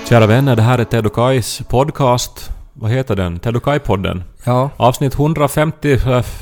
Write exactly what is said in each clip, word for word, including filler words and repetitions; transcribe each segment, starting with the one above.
Kära vänner, det här är Ted och Kais podcast. Vad heter den? Ted och Kai-podden. Ja. Avsnitt hundrafemtio.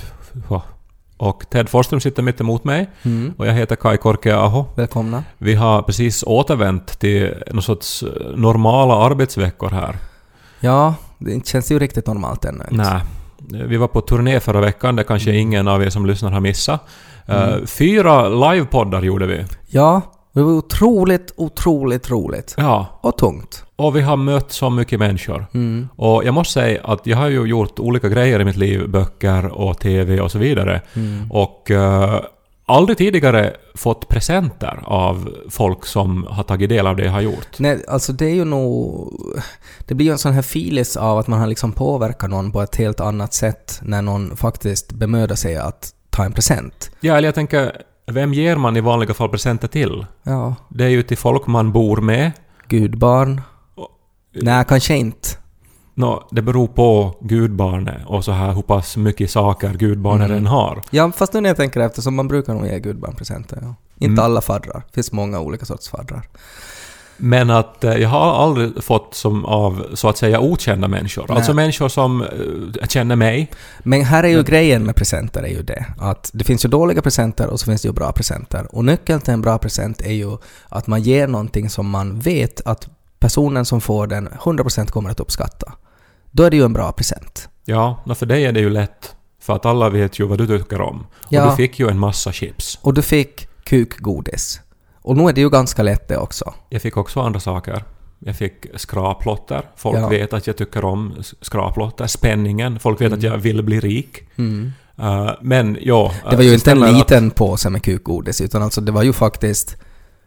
Och Ted Forsström sitter mitt emot mig. Mm. Och jag heter Kai Korkeaho. Välkomna. Vi har precis återvänt till någon sorts normala arbetsveckor här. Ja, det känns ju riktigt normalt ännu. Nej. Vi var på turné förra veckan. Det kanske ingen av er som lyssnar har missat. Mm. Fyra livepoddar gjorde vi. Ja, det var otroligt, otroligt roligt. Ja. Och tungt. Och vi har mött så mycket människor. Mm. Och jag måste säga att jag har ju gjort olika grejer i mitt liv. Böcker och tv och så vidare. Mm. Och uh, aldrig tidigare fått presenter av folk som har tagit del av det jag har gjort. Nej, alltså det är ju nog... Det blir ju en sån här filis av att man har liksom påverkat någon på ett helt annat sätt när någon faktiskt bemödar sig att ta en present. Ja, eller jag tänker... Vem ger man i vanliga fall presenter till? Ja. Det är ju till folk man bor med. Gudbarn. Och, Nej, kanske inte. No, det beror på gudbarnet och så här hur pass mycket saker gudbarnet mm. den har. Ja, fast nu när jag tänker efter så man brukar nog ge gudbarn presenter. Ja. Inte mm. alla faddrar. Det finns många olika sorts faddrar. Men att eh, jag har aldrig fått som av så att säga okända människor. Nej. Alltså människor som eh, känner mig. Men här är ju Men, grejen med presenter är ju det. Att det finns ju dåliga presenter och så finns det ju bra presenter. Och nyckeln till en bra present är ju att man ger någonting som man vet att personen som får den hundra procent kommer att uppskatta. Då är det ju en bra present. Ja, för dig är det ju lätt. För att alla vet ju vad du tycker om. Och ja. Du fick ju en massa chips. Och du fick kukgodis. Och nu är det ju ganska lätt det också. Jag fick också andra saker. Jag fick skraplotter. Folk ja. vet att jag tycker om skraplotter. Spänningen. Folk vet mm. att jag vill bli rik. Mm. Uh, men ja... Det var ju inte en liten att... påse med kukgodis. Utan alltså det var ju faktiskt...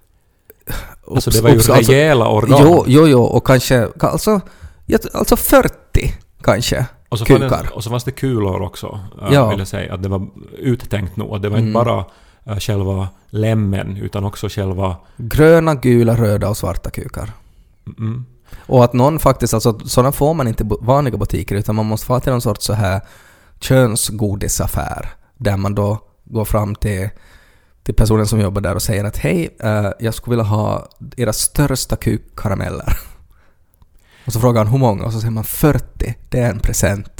Alltså det var ju ups, rejäla alltså, organ. Jo, jo, jo. Och kanske... Alltså, alltså fyrtio kanske. Och så, kukar. Fanns, och så fanns det kulor också. Uh, ja. Vill jag säga. Att det var uttänkt nog. Det var mm. inte bara... själva lämmen utan också själva gröna, gula, röda och svarta kukar. Mm. Och att någon faktiskt, alltså sådana får man inte i vanliga butiker utan man måste få till någon sorts så här könsgodisaffär där man då går fram till, till personen som jobbar där och säger att hej, uh, jag skulle vilja ha era största kukkarameller. Och så frågar han hur många och så säger man fyrtio, det är en present.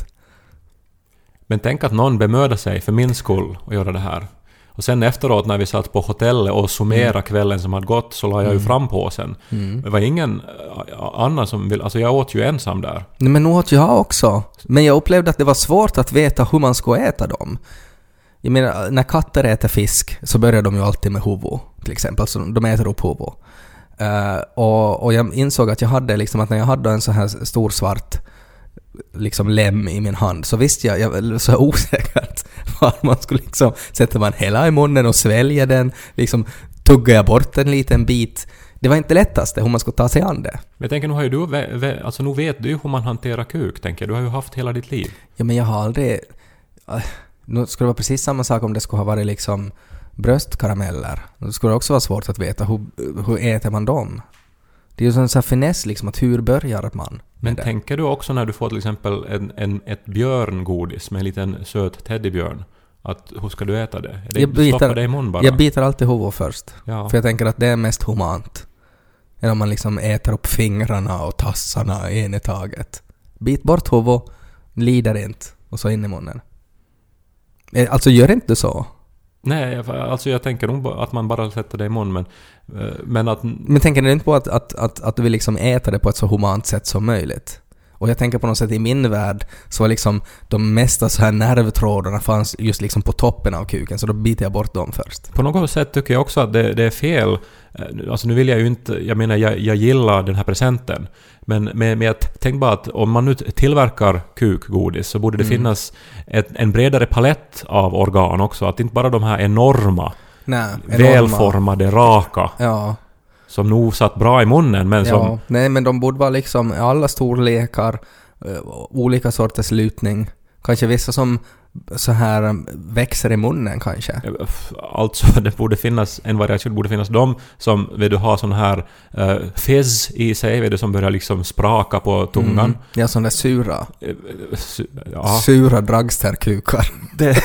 Men tänk att någon bemödar sig för min skull att göra det här. Och sen efteråt när vi satt på hotellet och summerade mm. kvällen som hade gått så la jag ju fram påsen. Mm. Det var ingen annan som vill... Alltså jag åt ju ensam där. Nej, men nu åt jag också. Men jag upplevde att det var svårt att veta hur man ska äta dem. Jag menar, när katter äter fisk så börjar de ju alltid med huvud till exempel. Alltså de äter upp huvud. Uh, och, och jag insåg att jag hade liksom att när jag hade en så här stor svart liksom lem i min hand så visste jag, jag var så osäkert var man skulle liksom, sätter man hela i munnen och sväljer den, liksom tuggar jag bort en liten bit. Det var inte lättaste hur man skulle ta sig an det. Men jag tänker, nu har ju du, alltså nu vet du hur man hanterar kuk, tänker jag. Du har ju haft hela ditt liv. Ja, men jag har aldrig, nu skulle det vara precis samma sak om det skulle ha varit liksom bröstkarameller. Då skulle det också vara svårt att veta hur, hur äter man dem. Det är ju sån här finess liksom, att hur börjar man? Men det. Tänker du också när du får till exempel en, en, ett björngodis med en liten söt teddybjörn, att hur ska du äta det? Är det jag bitar, det i mun bara? Jag biter alltid huvudet först. Ja. För jag tänker att det är mest humant. Än om man liksom äter upp fingrarna och tassarna en i taget. Bit bort huvudet, lider inte, och så in i munnen. Alltså gör inte så? Nej, alltså jag tänker nog att man bara sätter det i mun, men, men att... Men tänker du inte på att, att, att, att du vill liksom äta det på ett så humant sätt som möjligt? Och jag tänker på något sätt i min värld så var liksom de mesta så här nervtrådarna fanns just liksom på toppen av kuken, så då biter jag bort dem först. På något sätt tycker jag också att det, det är fel. Alltså nu vill jag ju inte, jag menar jag, jag gillar den här presenten, men med, med att tänk bara att om man nu tillverkar kukgodis så borde det mm. finnas ett, en bredare palett av organ också, att inte bara de här enorma, Nej, välformade, enorma. raka. Ja. Som nog satt bra i munnen, men som... Ja, nej, men de borde vara liksom alla storlekar, olika sorters lutning. Kanske vissa som så här växer i munnen kanske. Alltså det borde finnas en variation, borde finnas de som vill du ha sån här uh, fizz i sig, vill du, som börjar liksom spraka på tungan. Mm. Ja, sån där sura. Su- ja. Sura dragsterkukar. Det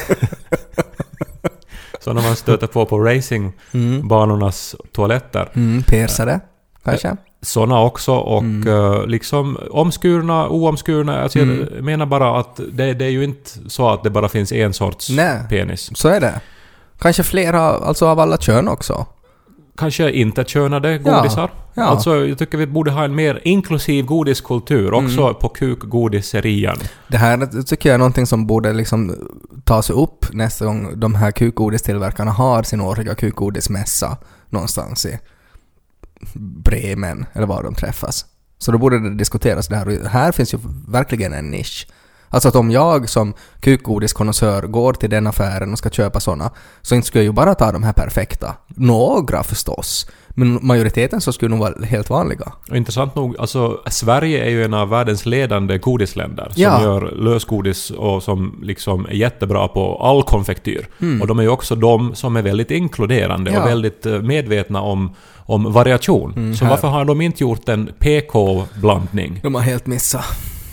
så när man stöter på på racingbanornas mm. toaletter. Mm, persare, kanske. såna också och Mm. uh, liksom omskurna, oomskurna. Alltså Mm. jag menar bara att det, det är ju inte så att det bara finns en sorts Nej. penis. Så är det. Kanske flera, alltså av alla kön också. Kanske inte könade godisar. Ja. Alltså jag tycker vi borde ha en mer inklusiv godiskultur också Mm. på kukgodisserien. Det här tycker jag är någonting som borde liksom tas upp nästa gång de här kukgodistillverkarna har sin årliga kukgodismässa någonstans i Bremen eller var de träffas. Så då borde det diskuteras det här. Och här finns ju verkligen en nisch. Alltså att om jag som kukgodiskonnässör går till den affären och ska köpa såna, så inte skulle jag ju bara ta de här perfekta. Några förstås. Men majoriteten så skulle nog vara helt vanliga. Och intressant nog, alltså Sverige är ju en av världens ledande godisländer som Ja. gör lösgodis och som liksom är jättebra på all konfektyr. Mm. Och de är ju också de som är väldigt inkluderande Ja. och väldigt eh, medvetna om, om variation. Mm, så här. varför har de inte gjort en P K-blandning? De har helt missat.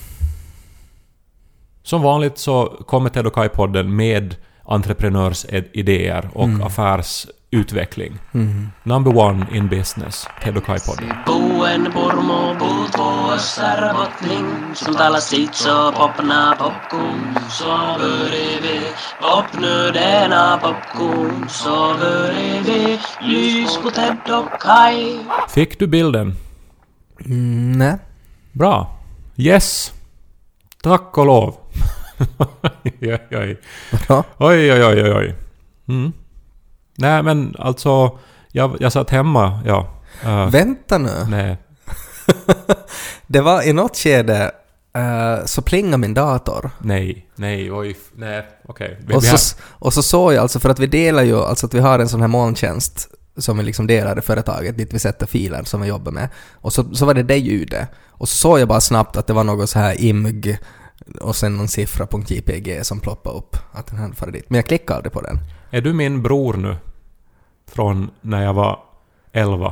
Som vanligt så kommer Ted och Kai-podden med entreprenörsidéer och Mm. affärsutveckling. Mm. Number one in business, Ted och Kai-podden. Puen purmo puut vuossar botling, som talar sitt så popna popcorn, så bredvid popnödena popcorn, så bredvid lys på Ted och Kai. Fick du bilden? Mm, nej. Bra. Yes. Tack och lov. oj, oj. Vadå? oj, oj, oj, oj. Mm. Nej, men alltså... Jag, jag satt hemma, ja. Uh, Vänta nu. nej. Det var i något skede uh, så plingade min dator. Nej, nej, oj. Nej, okej. Vi- Och vi har- så, och så såg jag alltså, för att vi delar ju, alltså att vi har en sån här molntjänst som vi liksom delar i företaget dit vi sätter filer som vi jobbar med. Och så, så var det det ljudet. Och så såg jag bara snabbt att det var något så här img och sen någon siffra.jpg som ploppade upp. Att den hade farit dit. Men jag klickade aldrig på den. Är du min bror nu? Från när jag var elva.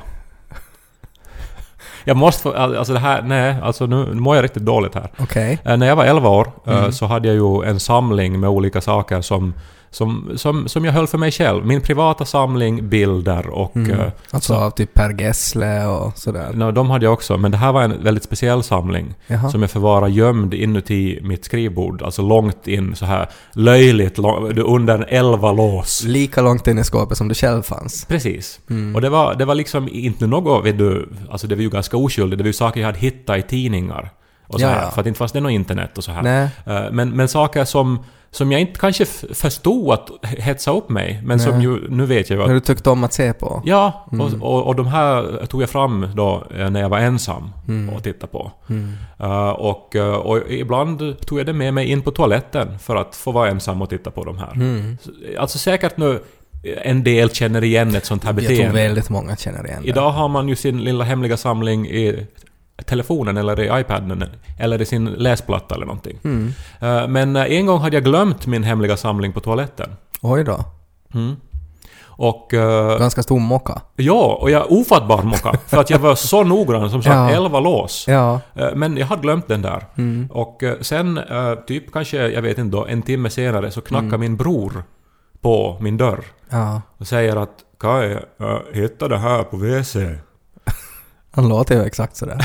Jag måste få... Alltså det här... Nej, alltså nu mår jag riktigt dåligt här. Okej. Eh, När jag var elva år eh, Mm. så hade jag ju en samling med olika saker som, som, som, som jag höll för mig själv. Min privata samling, bilder och... Mm. eh, Alltså så- av typ Per Gessle och sådär. no, de hade jag också, men det här var en väldigt speciell samling Jaha. som jag förvarar gömd inuti mitt skrivbord. Alltså långt in, så här löjligt lång, under en elva lås. Lika långt in i skåpet som du själv fanns. Precis. Mm. Och det var, det var liksom inte något, vet du, alltså det var ju ganska oskyldigt. Det var ju saker jag hade hittat i tidningar. Och så Ja, här, ja. för att inte fanns det något internet och så här. Nej. Eh, Men, men saker som, som jag inte kanske f- förstod att hetsa upp mig, men som Nej. ju, nu vet jag ju När att... du tyckte om att se på. Ja, Mm. och, och, och de här tog jag fram då eh, när jag var ensam Mm. och tittade på. Mm. Eh, och, eh, och ibland tog jag det med mig in på toaletten för att få vara ensam och titta på de här. Mm. Alltså säkert nu en del känner igen ett sånt här Jag tror beteende. väldigt många känner igen det. Idag har man ju sin lilla hemliga samling i telefonen eller i iPaden eller i sin läsplatta eller någonting. Mm. Eh, Men eh, en gång hade jag glömt min hemliga samling på toaletten. Oj då. Mm. Och... eh, Ganska stor mocka. ja, och jag ofattbar mocka. För att jag var så noggrann, som sagt, Ja. elva lås. Ja. Eh, Men jag hade glömt den där. Mm. Och eh, sen, eh, typ kanske, jag vet inte då, en timme senare så knackar Mm. min bror på min dörr. Ja. Och säger att Kai, jag hittade det här på W C. Han låter ju exakt sådär.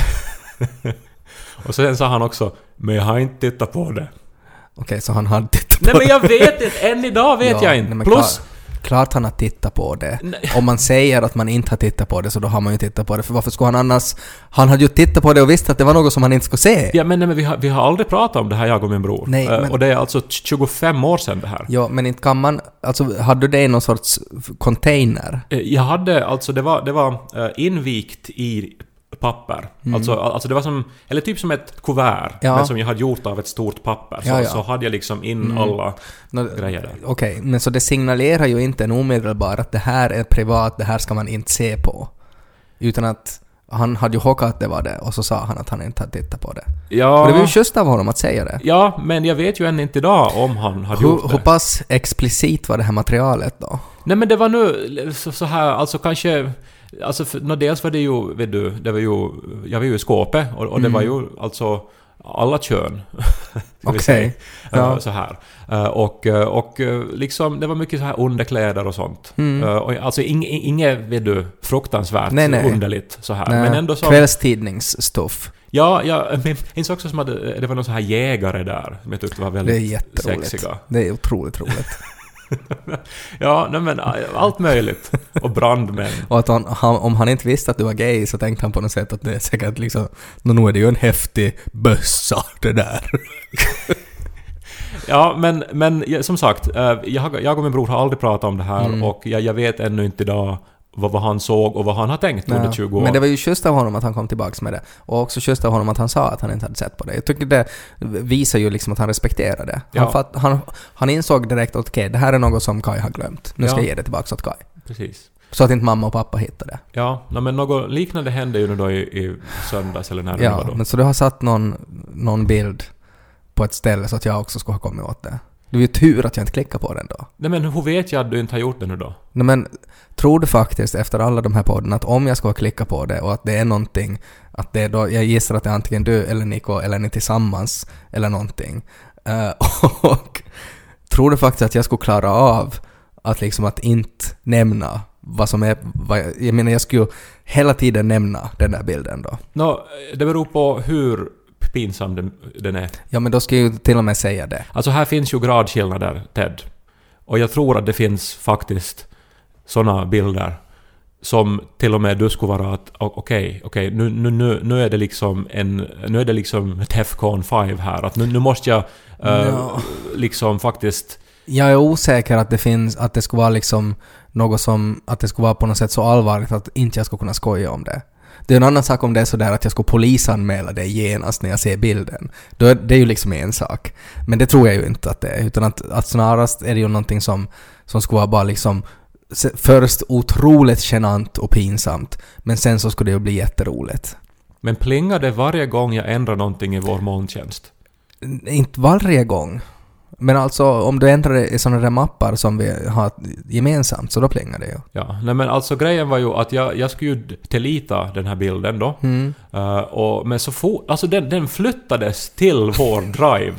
Och sen sa han också, men jag har inte tittat på det. Okej, så han hade tittat på Nej men jag vet inte, än idag vet Ja, jag nej, inte. men Plus... Klart, klart han har tittat på det. Nej. Om man säger att man inte har tittat på det så då har man ju tittat på det. För varför skulle han annars... Han hade ju tittat på det och visste att det var något som han inte skulle se. Ja men, nej, men vi, har, vi har aldrig pratat om det här, jag och min bror. Nej, Eh, men- Och det är alltså tjugofem år sedan det här. Ja, men inte kan man... Alltså, hade du det i någon sorts container? Eh, Jag hade, alltså det var, det var eh, invikt i papper. Mm. Alltså, alltså det var som, eller typ som ett kuvert, Ja. men som jag hade gjort av ett stort papper. Så, Ja, ja. så hade jag liksom in Mm. alla Nå, grejer där. Okej, men så det signalerar ju inte en omedelbar att det här är privat, det här ska man inte se på. Utan att han hade ju hockat att det var det och så sa han att han inte hade tittat på det. Ja, Och det var ju just av honom att säga det. ja, men jag vet ju än inte idag om han hade Hur, gjort det. hur pass explicit var det här materialet då? Nej men det var nu så, så här, alltså kanske... Alltså för, no, dels var det ju, vet du, det var ju, jag var ju i skåpet och, och det Mm. var ju alltså alla kön. Okej. Ja. Så här. Och, och liksom, det var mycket så här underkläder och sånt. Mm. Och alltså inget, inget vet du, fruktansvärt nej, nej. underligt så här. Nej. Men ändå som... Kvällstidningsstuff. Ja, jag minns också som att det var någon så här jägare där som jag tyckte var väldigt sexiga. Det är otroligt roligt. Ja, nej men allt möjligt. Och brandmän. Och att han, han, om han inte visste att du var gay så tänkte han på något sätt att det är säkert liksom, nu är det ju en häftig bössa det där. Ja, men, men som sagt, jag, jag och min bror har aldrig pratat om det här mm. och jag, jag vet ännu inte idag vad, vad han såg och vad han har tänkt ja, under tjugo år. Men det var ju just av honom att han kom tillbaks med det. Och också just av honom att han sa att han inte hade sett på det. Jag tycker det visar ju liksom att han respekterar det. Han, ja. fatt, han, han insåg direkt att okej, okay, det här är något som Kai har glömt. Nu ska ja. jag ge det tillbaks åt Kai. Precis. Så att inte mamma och pappa hittar det. Ja, men något liknande hände ju nu då i, i söndags eller när det ja, var då. Men så du har satt någon, någon bild på ett ställe så att jag också ska ha kommit åt det. Det är ju tur att jag inte klickar på den då. Nej, men hur vet jag att du inte har gjort det nu då? Nej, men tror du faktiskt efter alla de här podden att om jag ska klicka på det och att det är någonting, att det är då, jag gissar att det är antingen du eller Nico eller ni tillsammans eller någonting. Uh, och tror du faktiskt att jag skulle klara av att liksom att inte nämna vad som är, vad jag, jag menar jag skulle hela tiden nämna den där bilden då. No, det beror på hur pinsam den, den är. Ja, men då ska jag ju till och med säga det. Alltså här finns ju gradskillnader, Ted. Och jag tror att det finns faktiskt såna bilder som till och med du skulle vara att okej, okay, okej, okay, nu, nu, nu är det liksom en nu är det liksom Tefcon fem här, att nu, nu måste jag uh, no. liksom faktiskt. Jag är osäker att det finns, att det skulle vara liksom något som, att det skulle vara på något sätt så allvarligt att inte jag skulle kunna skoja om det. Det är en annan sak om det är så där att jag ska polisanmäla det genast när jag ser bilden. Då är det ju liksom en sak. Men det tror jag ju inte att det är. Utan att, att snarast är det ju någonting som, som skulle vara bara liksom först otroligt genant och pinsamt. Men sen så skulle det ju bli jätteroligt. Men plingar det varje gång jag ändrar någonting i vår molntjänst? Inte varje gång. Men alltså om du ändrar det i sådana där mappar som vi har gemensamt så då plingar det ju. Ja, nej men alltså grejen var ju att jag, jag skulle ju delita den här bilden då. Mm. Uh, och, men så fort, alltså den, den flyttades till vår drive.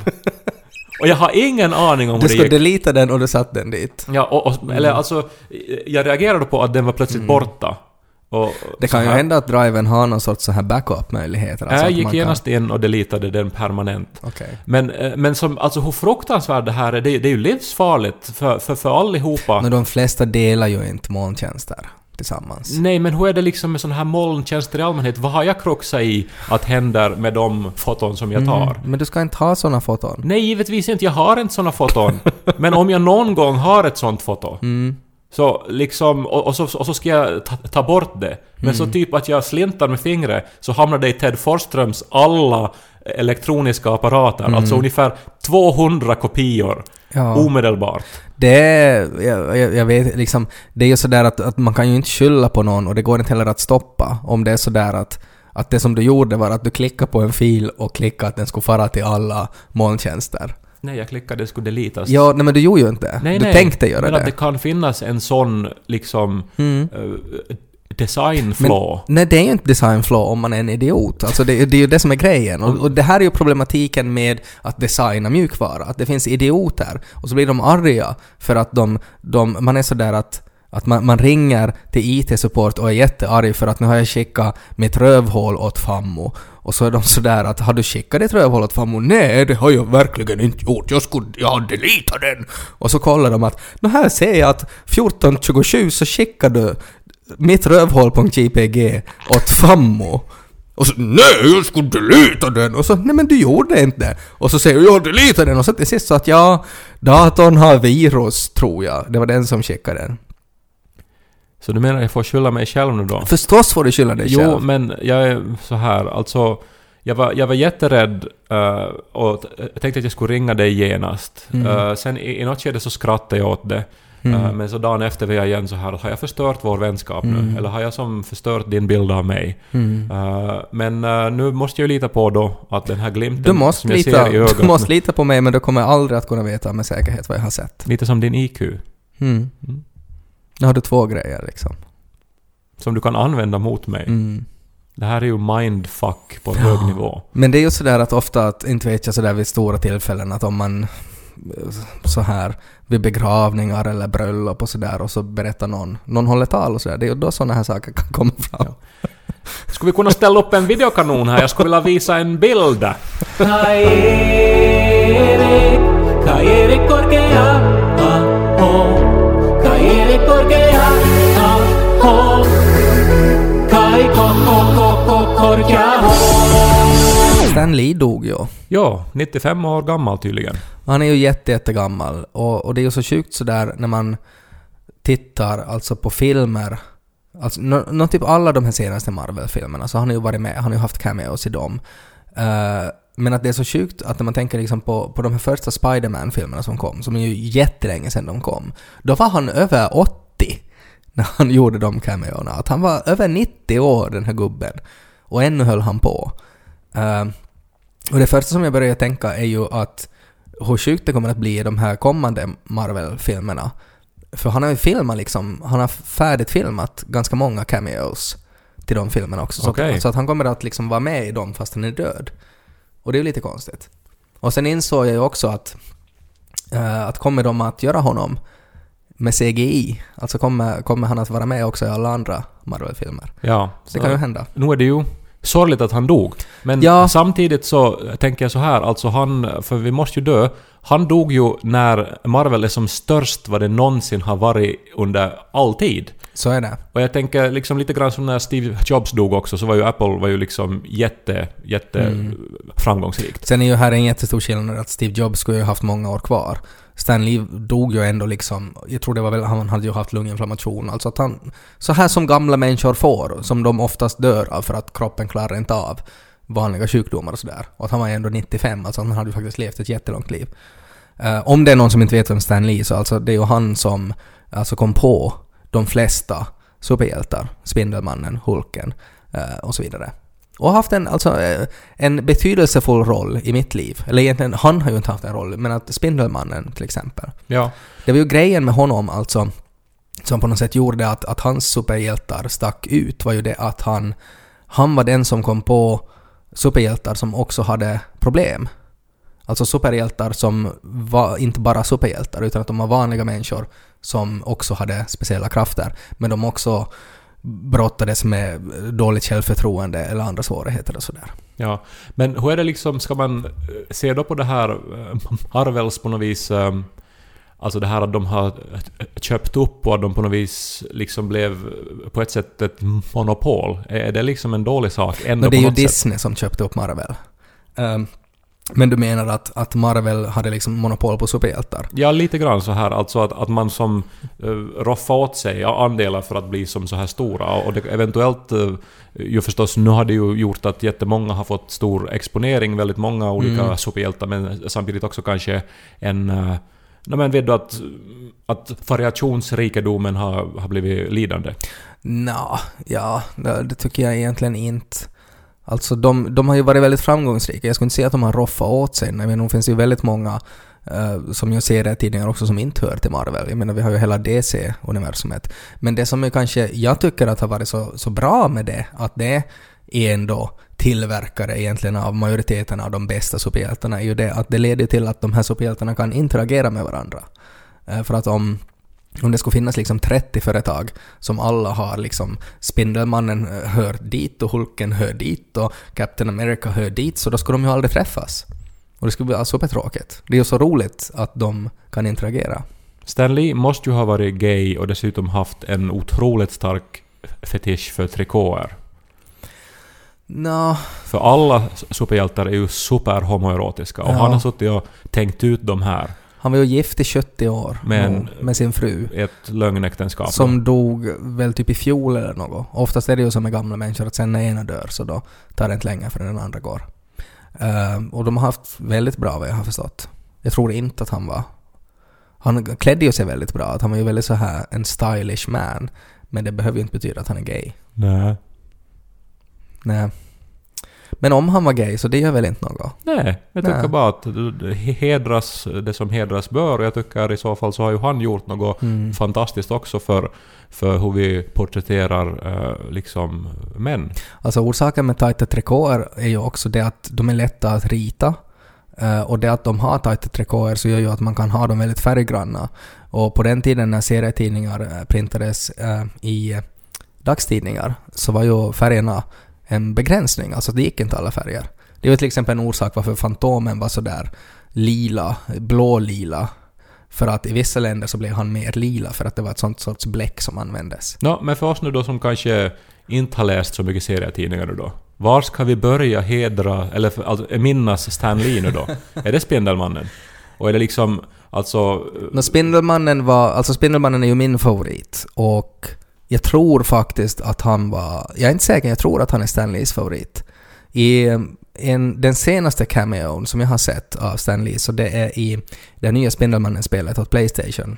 Och jag har ingen aning om hur det gick. Du ska delita den och du satt den dit. Ja, och, och, mm. eller alltså jag reagerade på att den var plötsligt mm. borta. Och det kan ju hända att driven har någon sorts så här backup-möjligheter. Alltså jag gick genast kan... in och deletade den permanent. Okay. Men, men som, alltså hur fruktansvärt det här är, det, det är ju livsfarligt för, för, för allihopa. Men de flesta delar ju inte molntjänster tillsammans. Nej, men hur är det liksom med sådana här molntjänster i allmänhet? Vad har jag kroxat i att händer med de foton som jag tar? Mm, men du ska inte ha sådana foton. Nej, givetvis inte. Jag har inte sådana foton. Men om jag någon gång har ett sådant foto... Mm. Så liksom, och, och, så, och så ska jag ta, ta bort det. Men mm. så typ att jag slintar med fingret så hamnar det i Ted Forsströms alla elektroniska apparater. Mm. Alltså ungefär tvåhundra kopior ja. omedelbart. Det är, jag, jag vet liksom, det är ju sådär att, att man kan ju inte skylla på någon och det går inte heller att stoppa om det är sådär att att det som du gjorde var att du klickade på en fil och klickade att den skulle fara till alla molntjänster. Nej, jag klickade att det skulle deletas. Ja, nej, men du gjorde ju inte. Nej, du nej, tänkte göra men det. Att det kan finnas en sån liksom mm. uh, design flaw. Men, nej, det är ju inte design flaw om man är en idiot. Alltså det, det är ju det som är grejen. Och, och det här är ju problematiken med att designa mjukvara. Att det finns idioter och så blir de arga för att de, de man är så där att Att man, man ringer till I T-support och är jättearg för att nu har jag skickat mitt rövhål åt Fammo. Och så är de sådär att har du skickat ditt rövhål åt Fammo? Nej, det har jag verkligen inte gjort. Jag skulle, jag har deletat den. Och så kollar de att, nu här ser jag att fjorton tjugosju så skickar du mitt rövhål.jpg åt Fammo. Och så, nej, jag skulle delita den. Och så, nej men du gjorde inte. Och så säger jag, jag delita den. Och så till sist så att, ja, datorn har virus, tror jag. Det var den som skickade den. Så du menar att jag får skylla mig själv nu då? Förstås får du skylla dig jo, själv. Jo, men jag är så här, alltså jag var, jag var jätterädd uh, och tänkte att jag skulle ringa dig genast. Mm. Uh, sen i, i något skede så skrattade jag åt det. Mm. Uh, men så dagen efter var jag igen så här, har jag förstört vår vänskap nu? Mm. Eller har jag som förstört din bild av mig? Mm. Uh, men uh, nu måste jag lita på då att den här glimten du måste som jag lita, ser i ögat. Du måste lita på mig, men du kommer aldrig att kunna veta med säkerhet vad jag har sett. Lite som din I Q. Mm. Mm. Nu har du två grejer liksom. Som du kan använda mot mig. Mm. Det här är ju mindfuck på en hög nivå. Men det är ju sådär att ofta, att, inte vet jag sådär vid stora tillfällen, att om man så här vid begravningar eller bröllop och sådär, och så berättar någon, någon håller tal och sådär, det är ju då sådana här saker kan komma fram. Ja. Skulle vi kunna ställa upp en videokanon här? Jag skulle vilja visa en bild. Stan Lee dog ju. Ja, nittiofem år gammal tydligen. Han är ju jätte, jättegammal. Och, och det är ju så sjukt sådär när man tittar alltså på filmer. Alltså, nå, nå, typ alla de här senaste Marvel-filmerna, så han har ju varit med, han har ju haft cameos i dem. Uh, men att det är så sjukt att när man tänker liksom på, på de här första Spider-Man-filmerna som kom, som är ju jättelänge sedan de kom, då var han över åttio när han gjorde de cameorna. Att han var över nittio år, den här gubben. Och ännu höll han på. Uh, och det första som jag börjar tänka är ju att hur sjukt det kommer att bli i de här kommande Marvel-filmerna. För han har ju filmat liksom, han har färdigt filmat ganska många cameos till de filmerna också. Okay. Så, att, så att han kommer att liksom vara med i dem fast han är död. Och det är ju lite konstigt. Och sen insåg jag ju också att, uh, att kommer de att göra honom med C G I, alltså kommer, kommer han att vara med också i alla andra Marvel-filmer. Ja. Det kan ju hända. Nu är det ju sorgligt att han dog. Men ja. Samtidigt så tänker jag så här, alltså han, för vi måste ju dö, han dog ju när Marvel är som störst vad det någonsin har varit under all tid. Så är det. Och jag tänker liksom lite grann som när Steve Jobs dog också, så var ju Apple var ju liksom jätte, jätte mm. framgångsrikt. Sen är ju här en jättestor skillnad att Steve Jobs skulle ju haft många år kvar. Stan Lee dog ju ändå liksom, jag tror det var väl, han hade ju haft lunginflammation, alltså att han, så här som gamla människor får, som de oftast dör av för att kroppen klarar inte av vanliga sjukdomar och sådär. Och att han var ändå nittiofem, alltså han hade ju faktiskt levt ett jättelångt liv. Uh, om det är någon som inte vet om Stan Lee, så alltså det är ju han som alltså kom på de flesta superhjältar, Spindelmannen, Hulken uh, och så vidare. Och har haft en, alltså, en betydelsefull roll i mitt liv. Eller egentligen, han har ju inte haft en roll, men att Spindelmannen till exempel. Ja. Det var ju grejen med honom alltså, som på något sätt gjorde att, att hans superhjältar stack ut, var ju det att han, han var den som kom på superhjältar som också hade problem. Alltså superhjältar som var inte bara superhjältar, utan att de var vanliga människor som också hade speciella krafter. Men de också brottades med dåligt självförtroende eller andra svårigheter och sådär. Ja, men hur är det liksom, ska man se då på det här Marvels på något vis, alltså det här att de har köpt upp och att de på något vis liksom blev på ett sätt ett monopol, är det liksom en dålig sak ändå? Men det är på ju något Disney sätt som köpte upp Marvel. Um, Men du menar att, att Marvel hade liksom monopol på superhjältar? Ja, lite grann så här. Alltså att, att man som uh, roffar åt sig andelar för att bli som så här stora. Och det eventuellt, uh, ju förstås, nu har det ju gjort att jättemånga har fått stor exponering, väldigt många olika mm. superhjältar, men samtidigt också kanske en... Uh, no, men vet du att, att variationsrikedomen har, har blivit lidande? Nå, ja, det tycker jag egentligen inte. Alltså de, de har ju varit väldigt framgångsrika. Jag skulle inte säga att de har roffat åt sig. Men det finns ju väldigt många uh, som jag ser det tidningar också som inte hör till Marvel. Jag menar, vi har ju hela D C-universumet. Men det som är kanske jag tycker att har varit så, så bra med det, att det är ändå tillverkare egentligen av majoriteten av de bästa superhjältarna, är ju det att det leder till att de här superhjältarna kan interagera med varandra. Uh, för att om Om det skulle finnas liksom trettio företag som alla har liksom Spindelmannen hör dit och Hulken hör dit och Captain America hör dit, så då skulle de ju aldrig träffas. Och det skulle bli supertråkigt. Det är ju så roligt att de kan interagera. Stan Lee måste ju ha varit gay och dessutom haft en otroligt stark fetisch för trikåer. No. För alla superhjältar är ju superhomoerotiska och ja. Han har suttit och tänkt ut de här. Han var ju gift i sjuttio år med, med sin fru. Ett lögnäktenskap. Som dog väl typ i fjol eller något. Oftast är det ju som med gamla människor att sen när ena dör så då tar det inte länge för den andra går. Uh, och de har haft väldigt bra, vad jag har förstått. Jag tror inte att han var... Han klädde ju sig väldigt bra. Att han var ju väldigt så här en stylish man. Men det behöver ju inte betyda att han är gay. Nej. Nej. Men om han var gay så det gör väl inte något? Nej, jag tycker Nej. bara att det hedras det som hedras bör. Jag tycker i så fall så har ju han gjort något Mm. fantastiskt också för, för hur vi porträtterar eh, liksom män. Alltså orsaken med tajta trikåer är ju också det att de är lätta att rita. Uh, och det att de har tajta trikåer så gör ju att man kan ha dem väldigt färggranna. Och på den tiden när serietidningar uh, printades uh, i uh, dagstidningar så var ju färgerna en begränsning. Alltså det gick inte alla färger. Det är ju till exempel en orsak varför Fantomen var så där lila, blå-lila. För att i vissa länder så blev han mer lila för att det var ett sånt sorts bläck som användes. Ja, men för oss nu då som kanske inte har läst så mycket serietidningar nu då. Var ska vi börja hedra, eller för, alltså, minnas Stan Lee nu då? Är det Spindelmannen? Och är det liksom, alltså... No, Spindelmannen var, alltså Spindelmannen är ju min favorit. Och jag tror faktiskt att han var, jag är inte säker, jag tror att han är Stan Lees favorit. I en, den senaste cameon som jag har sett av Stan Lee, så det är i det nya Spindelmannen-spelet åt PlayStation.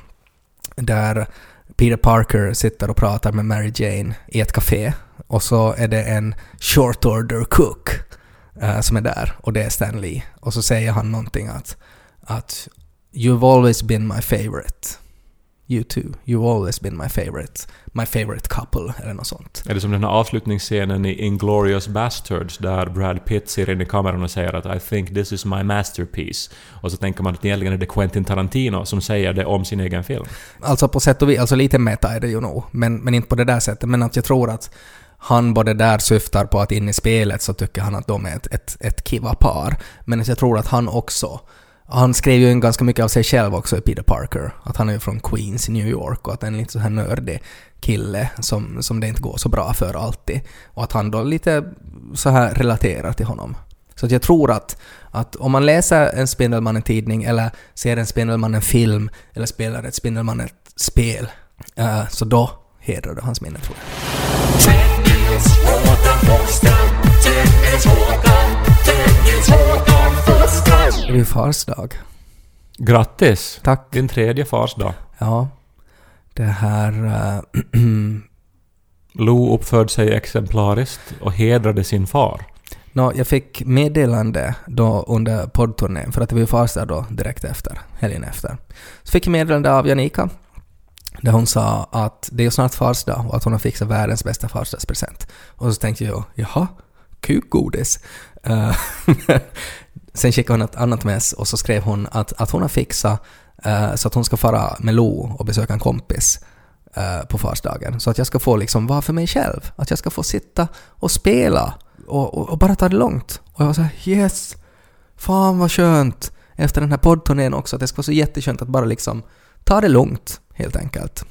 Där Peter Parker sitter och pratar med Mary Jane i ett café. Och så är det en short order cook uh, som är där. Och det är Stan Lee. Och så säger han någonting att, att You've always been my favorite. You too. You've always been my favorite. My favorite couple. Eller något sånt. Är det som den här avslutningsscenen i Inglourious Bastards där Brad Pitt ser in i kameran och säger att I think this is my masterpiece. Och så tänker man att egentligen är det Quentin Tarantino som säger det om sin egen film. Alltså på sätt och vis, alltså lite meta är det ju nog. Men, men inte på det där sättet. Men att jag tror att han både där syftar på att in i spelet så tycker han att de är ett, ett, ett kiva-par. Men jag tror att han också, han skrev ju en ganska mycket av sig själv också i Peter Parker. Att han är från Queens i New York och att han är lite så här nördig kille som, som det inte går så bra för alltid. Och att han då lite så här relaterar till honom. Så att jag tror att, att om man läser en Spindelmannen-tidning eller ser en Spindelmannen-film eller spelar ett Spindelmannen-spel uh, så då hedrar det hans minne, tror jag. Det är ju fars dag. Grattis! Tack. Din tredje farsdag. Ja, det här... Uh, Lou uppförde sig exemplariskt och hedrade sin far. no, jag fick meddelande då under poddturnén, för att det var ju fars dag då direkt efter, helgen efter. Så fick jag meddelande av Janika där hon sa att det är snart farsdag och att hon har fixat världens bästa farsdagspresent. Och så tänkte jag, jaha, kukgodis. Uh, sen skickade hon ett annat mess och så skrev hon att, att hon har fixat uh, så att hon ska fara med Lo och besöka en kompis uh, på farsdagen. Så att jag ska få liksom vara för mig själv. Att jag ska få sitta och spela och, och, och bara ta det långt. Och jag var så här, yes, fan vad skönt. Efter den här poddturnén också, att det ska vara så jätteskönt att bara liksom ta det lugnt, helt enkelt.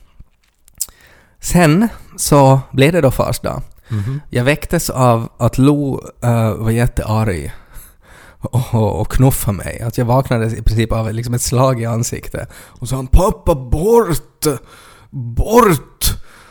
Sen så blev det då farsdag. Mm-hmm. Jag väcktes av att Lo uh, var jättearg och, och, och knuffade mig. Att jag vaknade i princip av liksom ett slag i ansiktet. Och sa han, pappa, bort! Bort!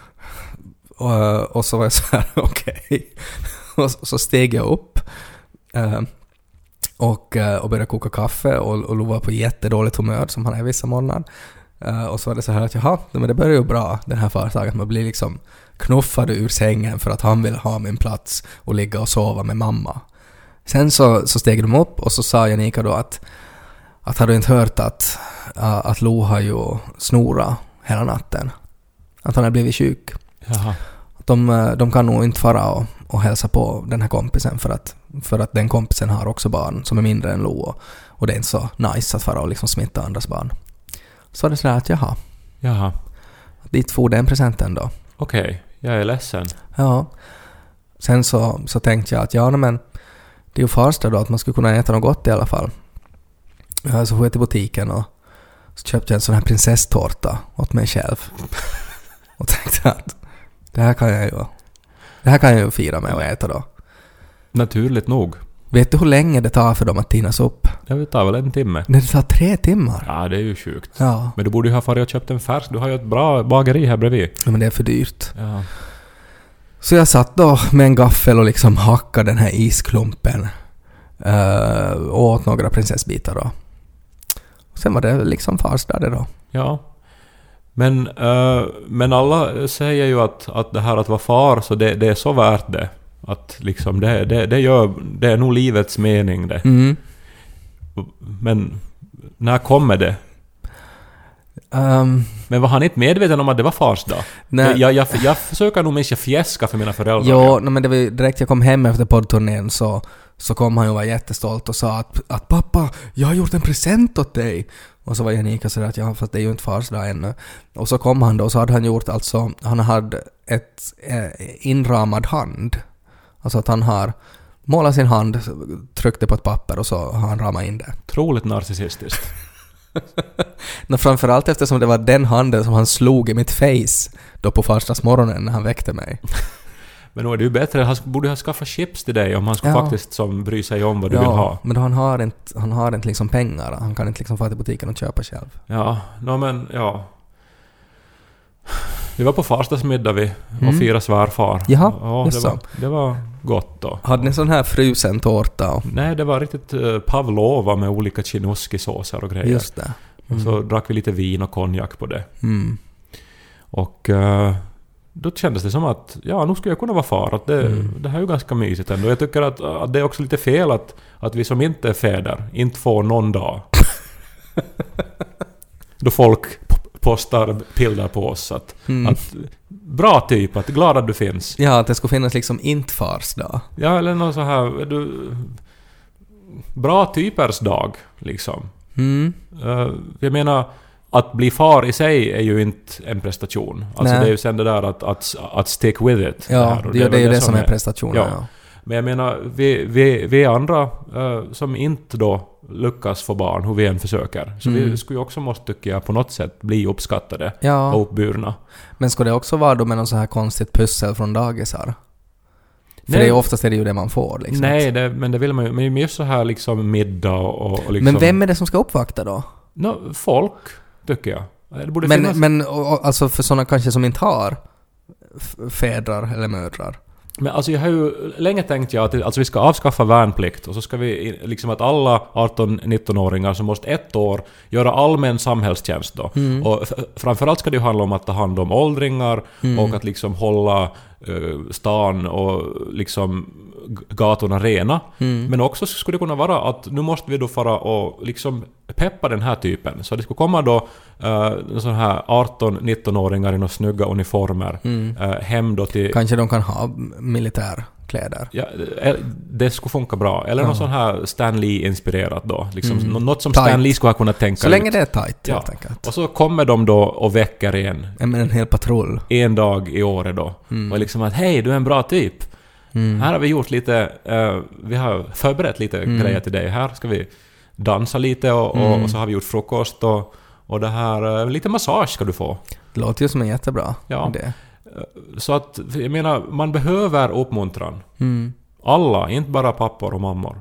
Och, och så var jag så här, okej. Okay. Och så steg jag upp uh, och, uh, och började koka kaffe. Och, och Lo var på jättedåligt humör som han är vissa månader. Uh, och så var det så här att jaha, men det börjar ju bra den här företaget. Man blir liksom knuffad ur sängen för att han vill ha min plats och ligga och sova med mamma. Sen så, så steg de upp och så sa Janika då att att har du inte hört att, uh, att Lo har ju snorat hela natten. Att han har blivit sjuk. Jaha. De, de kan nog inte fara och, och hälsa på den här kompisen för att, för att den kompisen har också barn som är mindre än Lo. Och, och det är inte så nice att fara och liksom smitta andras barn. Så var det så att jaha. Jaha. Dit får den presenten då. Okej, okay, jag är ledsen. Ja. Sen så, så tänkte jag att ja, men det är ju farsdag då att man skulle kunna äta något gott i alla fall. Ja, så får jag till butiken och så köpte jag en sån här prinsesstårta åt mig själv. Och tänkte att det här kan jag ju det här kan jag ju fira med och äta då. Naturligt nog. Vet du hur länge det tar för dem att tinas upp? Jag vet, det tar väl en timme. Det tar tre timmar. Ja, det är ju sjukt. Ja. Men du borde ju ha farit och köpt en färsk. Du har ju ett bra bageri här bredvid. Ja, men det är för dyrt. Ja. Så jag satt då med en gaffel och liksom hackade den här isklumpen. Uh, och åt några prinsessbitar då. Sen var det liksom farsdag det då. Ja. Men, uh, men alla säger ju att, att det här att vara far, så det, det är så värt det. Att liksom det, det, det, gör, det är nog livets mening det. Mm. Men när kommer det? Um, Men var han inte medveten om att det var fars dag? nej. Jag, jag, jag försöker nog minst fjäska för mina föräldrar. Jo, nej, men det var direkt jag kom hem efter poddturnén så, så kom han och var jättestolt och sa att, att pappa, jag har gjort en present åt dig. Och så var Janika sådär att ja, fast det är ju inte fars dag ännu. Och så kom han då och så hade han gjort alltså, han hade ett eh, inramad hand. Alltså att han har målat sin hand, tryckte på ett papper och så har han ramat in det. Otroligt narcissistiskt. Men framförallt eftersom det var den handen som han slog i mitt face då på farsdagsmorgonen när han väckte mig. Men då är det ju bättre, han borde ha skaffat chips till dig om han skulle Ja. faktiskt som bry sig om vad du Ja, vill ha. men han har inte, han har inte liksom pengar. Han kan inte liksom få till butiken och köpa själv. Ja, no, men ja. Vi var på farsdagsmiddag vi och Mm. firade svärfar. Jaha, ja, just det, så. var, det var gott då. Hade ni sån här frusen tårta? Och, Nej, det var riktigt uh, pavlova med olika chinoski-såser och grejer. just det. Och så drack vi lite vin och konjak på det. Mm. Och uh, då kändes det som att ja, nu skulle jag kunna vara far. Att det, Mm. det här är ju ganska mysigt ändå. Jag tycker att, att det är också lite fel att, att vi som inte är fäder inte får någon dag. Då folk p- postar bilder på oss. Att, Mm. att bra typ, att glad att du finns. Ja, att det skulle finnas liksom inte fars dag. Ja, eller någon så här... är Du, bra typers dag, liksom. Mm. Uh, jag menar, att bli far i sig är ju inte en prestation. Alltså Nej. det är ju sen det där att, att, att stick with it. Ja, här. Och det, det, väl är ju det som är prestationen. Ja. Ja. Men jag menar, vi, vi, vi andra uh, som inte då lyckas få barn, hur vi än försöker. Så Mm. vi skulle ju också måste, tycker jag, på något sätt bli uppskattade Ja. och uppburna. Men ska det också vara då med någon så här konstigt pussel från dagisar? För Nej. det är oftast är det ju det man får. Liksom. Nej, det, men det vill man ju. Men just så här liksom middag och, och liksom... Men vem är det som ska uppvakta då? No, folk, tycker jag. Det borde Men, finnas... men och, och, alltså för sådana kanske som inte har f- fädrar eller mödrar. Men alltså jag har ju länge tänkt jag att alltså vi ska avskaffa värnplikt och så ska vi liksom att alla arton-nitton-åringar som måste ett år göra allmän samhällstjänst då. Mm. Och f- framförallt ska det ju handla om att ta hand om åldringar Mm. och att liksom hålla uh, stan och liksom g- gatorna rena. Mm. Men också skulle det kunna vara att nu måste vi då fara och liksom peppa den här typen. Så det skulle komma då uh, sån här arton-nitton-åringar i några snygga uniformer Mm. uh, hem då till... Kanske de kan ha militärkläder. Ja, eh, det skulle funka bra. Eller Ja. något sån här Stan Lee-inspirerat då. Liksom, Mm. nå- Något som Tight. Stan Lee skulle ha kunnat tänka Så länge ut. det är tajt Ja. helt enkelt. Och så kommer de då och väcker en En, en hel patrull. en dag i året då. Mm. Och liksom att hej, du är en bra typ. Mm. Här har vi gjort lite, eh, vi har förberett lite Mm. grejer till dig. Här ska vi dansa lite och, och, Mm. och så har vi gjort frukost och, och det här, eh, lite massage ska du få. Det låter ju som en jättebra Ja. idé. Så att, jag menar, man behöver uppmuntran. Mm. Alla, inte bara pappor och mammor.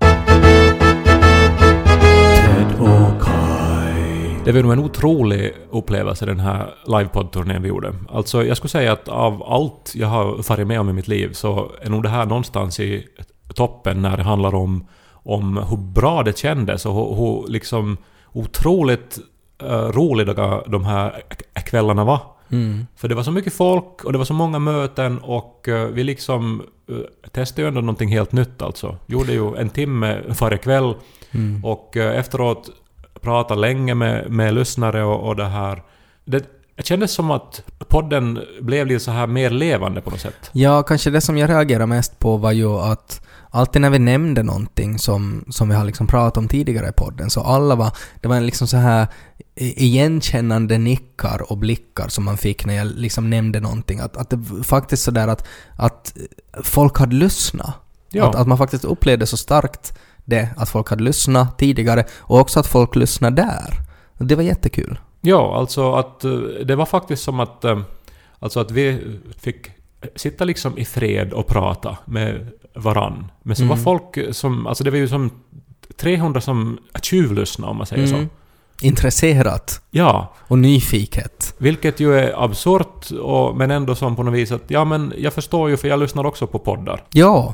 Det var nog en otrolig upplevelse den här livepodd-turnén vi gjorde. Alltså jag skulle säga att av allt jag har farit med om i mitt liv så är nog det här någonstans i toppen när det handlar om, om hur bra det kändes och hur, hur liksom otroligt uh, roliga de här kvällarna var. Mm. För det var så mycket folk och det var så många möten och uh, vi liksom uh, testade ju ändå någonting helt nytt alltså. Gjorde ju en timme varje kväll Mm. och uh, efteråt prata länge med, med lyssnare och, och det här. Det kändes som att podden blev lite så här mer levande på något sätt. Ja, kanske det som jag reagerar mest på var ju att alltid när vi nämnde någonting som, som vi har liksom pratat om tidigare i podden så alla var, det var liksom så här igenkännande nickar och blickar som man fick när jag liksom nämnde någonting. Att, att det faktiskt sådär att, att folk hade lyssnat. Ja. Att, att man faktiskt upplevde så starkt det, att folk hade lyssnat tidigare och också att folk lyssnade där. Det var jättekul. Ja, alltså att uh, det var faktiskt som att uh, alltså att vi fick sitta liksom i fred och prata med varann. Men så Mm. var folk som, alltså det var ju som trehundra som tjuvlyssnade om man säger så. Mm. Intresserat Ja, och nyfiket. vilket ju är absurt och, men ändå som på något vis att ja men jag förstår ju för jag lyssnar också på poddar. Ja,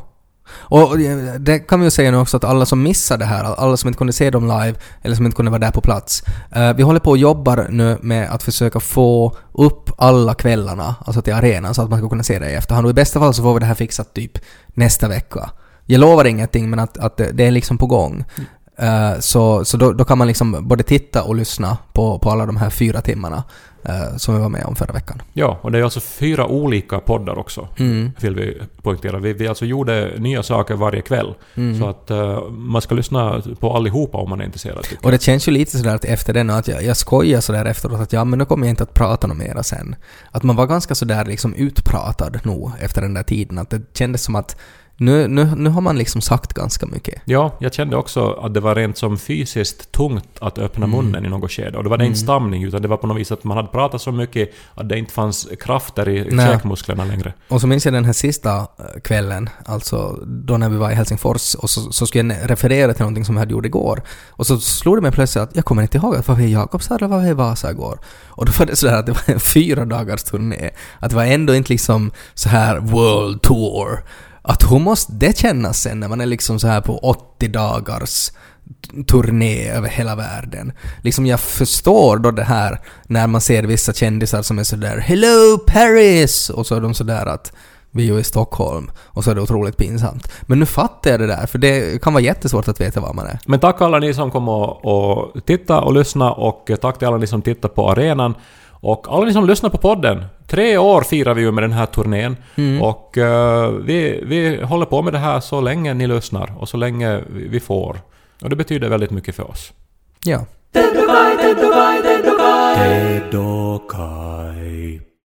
Och det kan vi ju säga nu också att alla som missar det här, alla som inte kunde se dem live eller som inte kunde vara där på plats, uh, vi håller på och jobbar nu med att försöka få upp alla kvällarna, alltså till arenan, så att man ska kunna se det i efterhand. Och i bästa fall så får vi det här fixat typ nästa vecka. Jag lovar ingenting, men att, att det är liksom på gång. Uh, så så då, då kan man liksom både titta och lyssna på, på alla de här fyra timmarna uh, som vi var med om förra veckan. Ja, och det är alltså fyra olika poddar också, mm. vill vi poängtera. Vi, vi alltså gjorde nya saker varje kväll, mm. så att uh, man ska lyssna på allihopa om man är intresserad. Och det känns ju lite sådär att efter den, att jag, jag skojar sådär efteråt att ja, men nu kommer jag inte att prata något mera sen. Att man var ganska sådär liksom utpratad nog efter den där tiden, att det kändes som att Nu, nu, nu har man liksom sagt ganska mycket. Ja, jag kände också att det var rent som fysiskt tungt att öppna mm. munnen i något skede. Och det var det mm. inte stamning, utan det var på något vis att man hade pratat så mycket att det inte fanns krafter i käkmusklerna längre. Och så minns jag den här sista kvällen, alltså då när vi var i Helsingfors, och så, så skulle jag referera till någonting som jag hade gjort igår. Och så slog det mig plötsligt att jag kommer inte ihåg att vad var i Jakobstad eller vad var i Vasa igår. Och då var det sådär att det var en fyra dagars turné. Att det var ändå inte liksom så här world tour. Att hur måste det kännas sen när man är liksom så här på åttio dagars turné över hela världen. Liksom jag förstår då det här när man ser vissa kändisar som är så där hello Paris, och så är de så där att vi är ju i Stockholm, och så är det otroligt pinsamt. Men nu fattar jag det där, för det kan vara jättesvårt att veta var man är. Men tack alla ni som kommer och, och titta och lyssna, och tack till alla ni som tittar på arenan. Och alla ni som lyssnar på podden. Tre år firar vi ju med den här turnén. Mm. Och uh, vi, vi håller på med det här så länge ni lyssnar. Och så länge vi, vi får. Och det betyder väldigt mycket för oss. Ja. Teddokai, Teddokai, Teddokai. Teddokai.